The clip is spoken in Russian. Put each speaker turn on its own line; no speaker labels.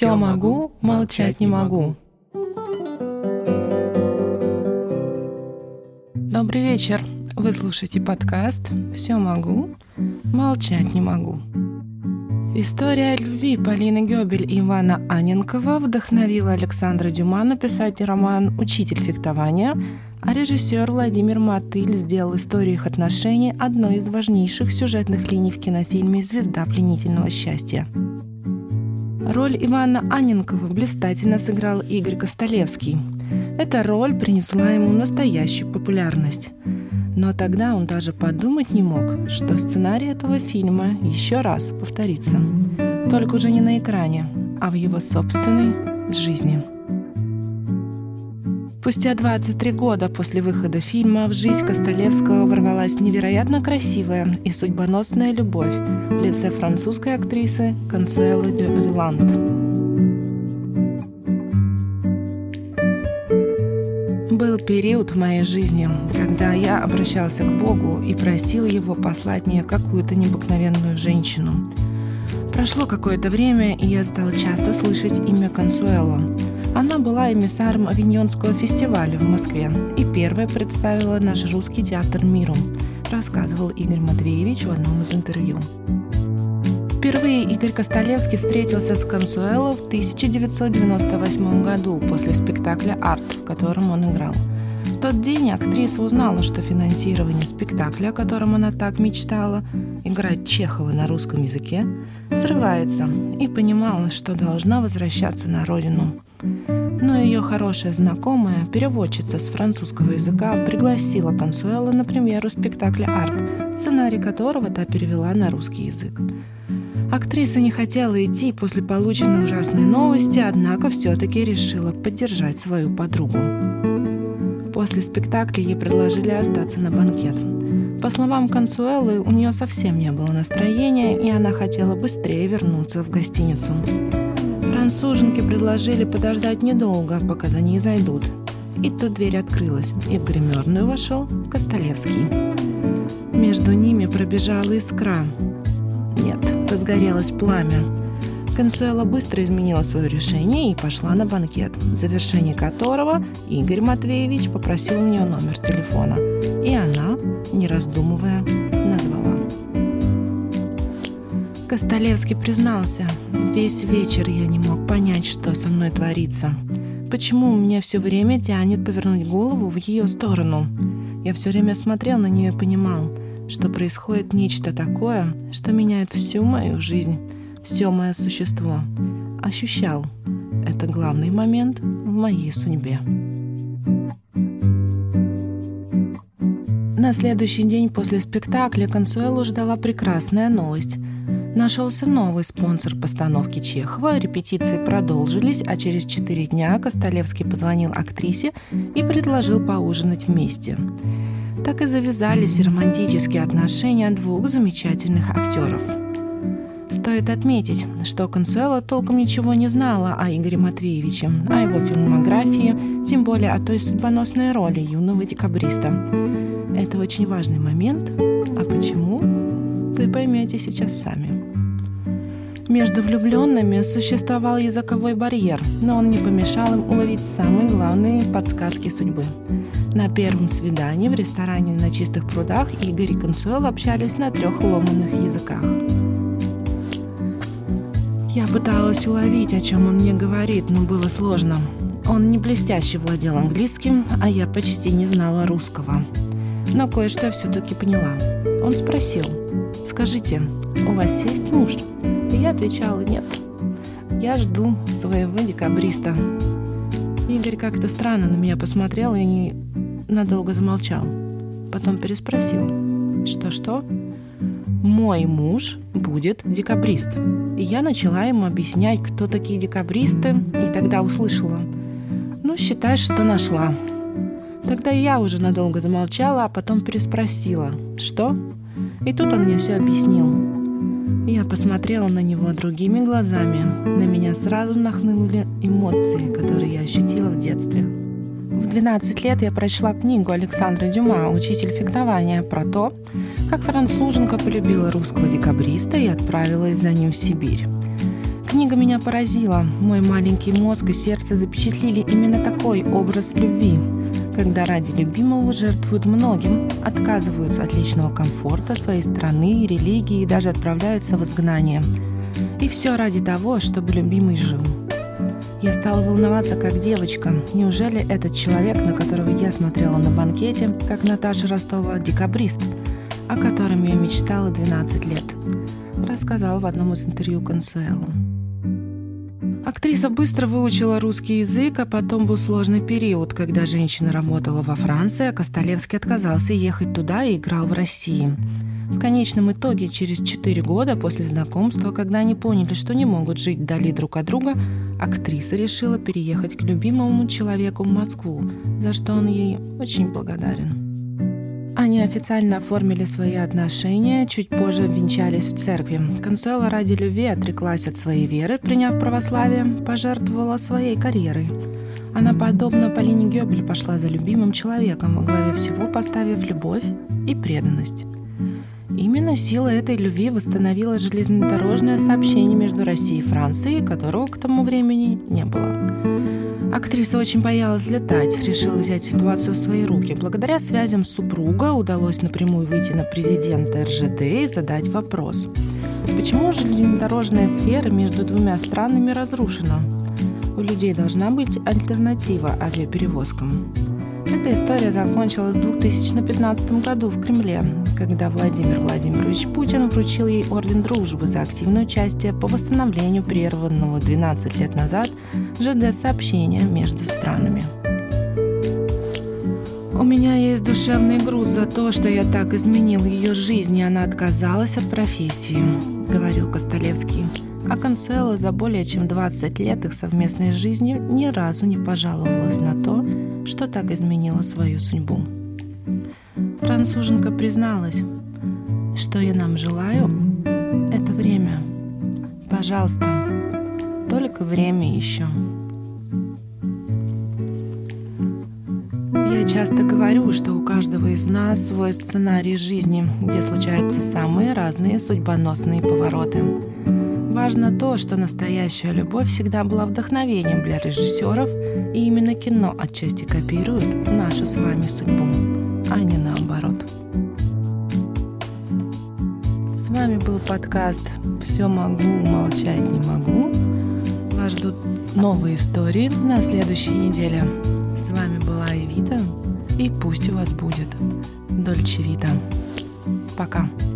Все могу, молчать не могу. Добрый вечер. Вы слушаете подкаст «Все могу, молчать не могу». История любви Полины Гёбель и Ивана Анненкова вдохновила Александра Дюма написать роман «Учитель фехтования», а режиссер Владимир Мотыль сделал историю их отношений одной из важнейших сюжетных линий в кинофильме «Звезда пленительного счастья». Роль Ивана Анненкова блистательно сыграл Игорь Костолевский. Эта роль принесла ему настоящую популярность. Но тогда он даже подумать не мог, что сценарий этого фильма еще раз повторится. Только уже не на экране, а в его собственной жизни. Спустя 23 года после выхода фильма в жизнь Костолевского ворвалась невероятно красивая и судьбоносная любовь в лице французской актрисы Консуэлы де Виланд. Был период в моей жизни, когда я обращался к Богу и просил Его послать мне какую-то необыкновенную женщину. Прошло какое-то время, и я стал часто слышать имя Консуэла. Она была эмиссаром Авиньонского фестиваля в Москве и первая представила наш русский театр миру, рассказывал Игорь Матвеевич в одном из интервью. Впервые Игорь Костолевский встретился с Консуэло в 1998 году после спектакля «Арт», в котором он играл. В тот день актриса узнала, что финансирование спектакля, о котором она так мечтала, играть Чехова на русском языке, срывается, и понимала, что должна возвращаться на родину. Но ее хорошая знакомая, переводчица с французского языка, пригласила Консуэло на премьеру спектакля «Арт», сценарий которого та перевела на русский язык. Актриса не хотела идти после полученной ужасной новости, однако все-таки решила поддержать свою подругу. После спектакля ей предложили остаться на банкет. По словам Консуэлы, у нее совсем не было настроения, и она хотела быстрее вернуться в гостиницу. Француженке предложили подождать недолго, пока за ней зайдут. И тут дверь открылась, и в гримерную вошел Костолевский. Между ними пробежала искра. Нет, разгорелось пламя. Консуэла быстро изменила свое решение и пошла на банкет, в завершении которого Игорь Матвеевич попросил у нее номер телефона. И она, не раздумывая, назвала. Костолевский признался: «Весь вечер я не мог понять, что со мной творится. Почему меня все время тянет повернуть голову в ее сторону? Я все время смотрел на нее и понимал, что происходит нечто такое, что меняет всю мою жизнь, все мое существо. Ощущал. Это главный момент в моей судьбе». На следующий день после спектакля Консуэлу ждала прекрасная новость. Нашелся новый спонсор постановки Чехова, репетиции продолжились, а через 4 дня Костолевский позвонил актрисе и предложил поужинать вместе. Так и завязались романтические отношения двух замечательных актеров. Стоит отметить, что Консуэла толком ничего не знала о Игоре Матвеевиче, о его фильмографии, тем более о той судьбоносной роли юного декабриста. Это очень важный момент, а почему, вы поймете сейчас сами. Между влюбленными существовал языковой барьер, но он не помешал им уловить самые главные подсказки судьбы. На первом свидании в ресторане на Чистых прудах Игорь и Консуэла общались на 3 ломаных языках. Я пыталась уловить, о чем он мне говорит, но было сложно. Он не блестяще владел английским, а я почти не знала русского. Но кое-что я все-таки поняла. Он спросил: «Скажите, у вас есть муж?» И я отвечала: «Нет, я жду своего декабриста». Игорь как-то странно на меня посмотрел и надолго замолчал. Потом переспросил: «Что-что?» «Мой муж будет декабрист». И я начала ему объяснять, кто такие декабристы, и тогда услышала: «Ну, считай, что нашла». Тогда я уже надолго замолчала, а потом переспросила: «Что?» И тут он мне все объяснил. Я посмотрела на него другими глазами. На меня сразу нахлынули эмоции, которые я ощутила в детстве. В 12 лет я прочла книгу Александра Дюма «Учитель фехтования» про то, как француженка полюбила русского декабриста и отправилась за ним в Сибирь. Книга меня поразила. Мой маленький мозг и сердце запечатлели именно такой образ любви, когда ради любимого жертвуют многим, отказываются от личного комфорта, своей страны, религии и даже отправляются в изгнание. И все ради того, чтобы любимый жил. Я стала волноваться, как девочка. Неужели этот человек, на которого я смотрела на банкете, как Наташа Ростова, декабрист, о котором я мечтала 12 лет, рассказала в одном из интервью Консуэло. Актриса быстро выучила русский язык, а потом был сложный период, когда женщина работала во Франции, а Костолевский отказался ехать туда и играл в России. В конечном итоге, через 4 года после знакомства, когда они поняли, что не могут жить вдали друг от друга, актриса решила переехать к любимому человеку в Москву, за что он ей очень благодарен. Они официально оформили свои отношения, чуть позже венчались в церкви. Консуэло ради любви отреклась от своей веры, приняв православие, пожертвовала своей карьерой. Она, подобно Полине Гёбель, пошла за любимым человеком, во главе всего поставив любовь и преданность. Именно сила этой любви восстановила железнодорожное сообщение между Россией и Францией, которого к тому времени не было. Актриса очень боялась летать, решила взять ситуацию в свои руки. Благодаря связям супруга удалось напрямую выйти на президента РЖД и задать вопрос: почему железнодорожная сфера между двумя странами разрушена? У людей должна быть альтернатива авиаперевозкам. Эта история закончилась в 2015 году в Кремле, когда Владимир Владимирович Путин вручил ей орден Дружбы за активное участие по восстановлению прерванного 12 лет назад ЖД-сообщения между странами. «У меня есть душевный груз за то, что я так изменил ее жизнь, и она отказалась от профессии», — говорил Костолевский. А Консуэло за более чем 20 лет их совместной жизни ни разу не пожаловалась на то, что так изменила свою судьбу. Француженка призналась: что я нам желаю, это время. Пожалуйста, только время еще. Я часто говорю, что у каждого из нас свой сценарий жизни, где случаются самые разные судьбоносные повороты. Важно то, что настоящая любовь всегда была вдохновением для режиссеров, и именно кино отчасти копирует нашу с вами судьбу, а не наоборот. С вами был подкаст «Все могу, молчать не могу». Вас ждут новые истории на следующей неделе. С вами была Эвита, и пусть у вас будет Дольче Вита. Пока.